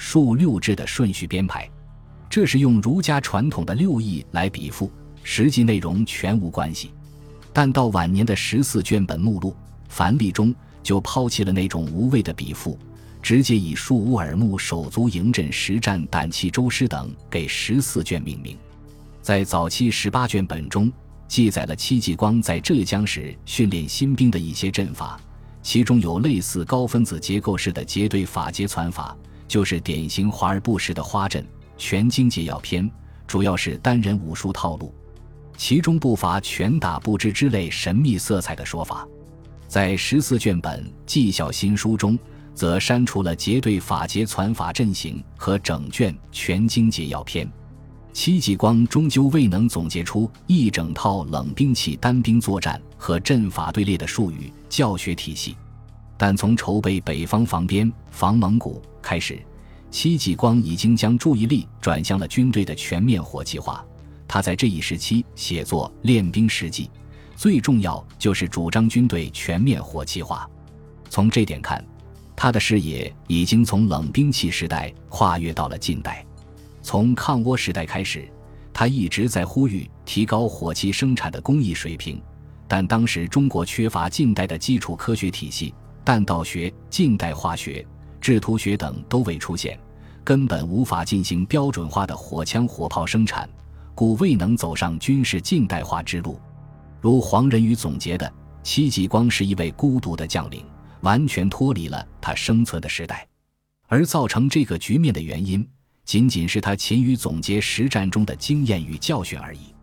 数六制的顺序编排。这是用儒家传统的六艺来比附，实际内容全无关系。但到晚年的14卷本目录范例中，就抛弃了那种无谓的比附，直接以树屋耳目手足营阵实战胆气周师等给14卷命名。在早期18卷本中，记载了戚继光在浙江时训练新兵的一些阵法，其中有类似高分子结构式的结对法结攒法，就是典型华而不实的花阵。全经节要篇主要是单人武术套路，其中不乏拳打不知之类神秘色彩的说法。在14卷本纪晓新书中，则删除了结对法结攒法阵型和整卷全经节要篇。戚继光终究未能总结出一整套冷兵器单兵作战和阵法队列的术语教学体系，但从筹备北方防边、防蒙古开始，戚继光已经将注意力转向了军队的全面火器化。他在这一时期写作《练兵实记》，最重要就是主张军队全面火器化。从这点看，他的视野已经从冷兵器时代跨越到了近代。从抗倭时代开始，他一直在呼吁提高火器生产的工艺水平，但当时中国缺乏近代的基础科学体系，弹道学、近代化学、制图学等都未出现，根本无法进行标准化的火枪火炮生产，故未能走上军事近代化之路。如黄仁宇总结的，戚继光是一位孤独的将领，完全脱离了他生存的时代，而造成这个局面的原因，仅仅是他勤于总结实战中的经验与教训而已。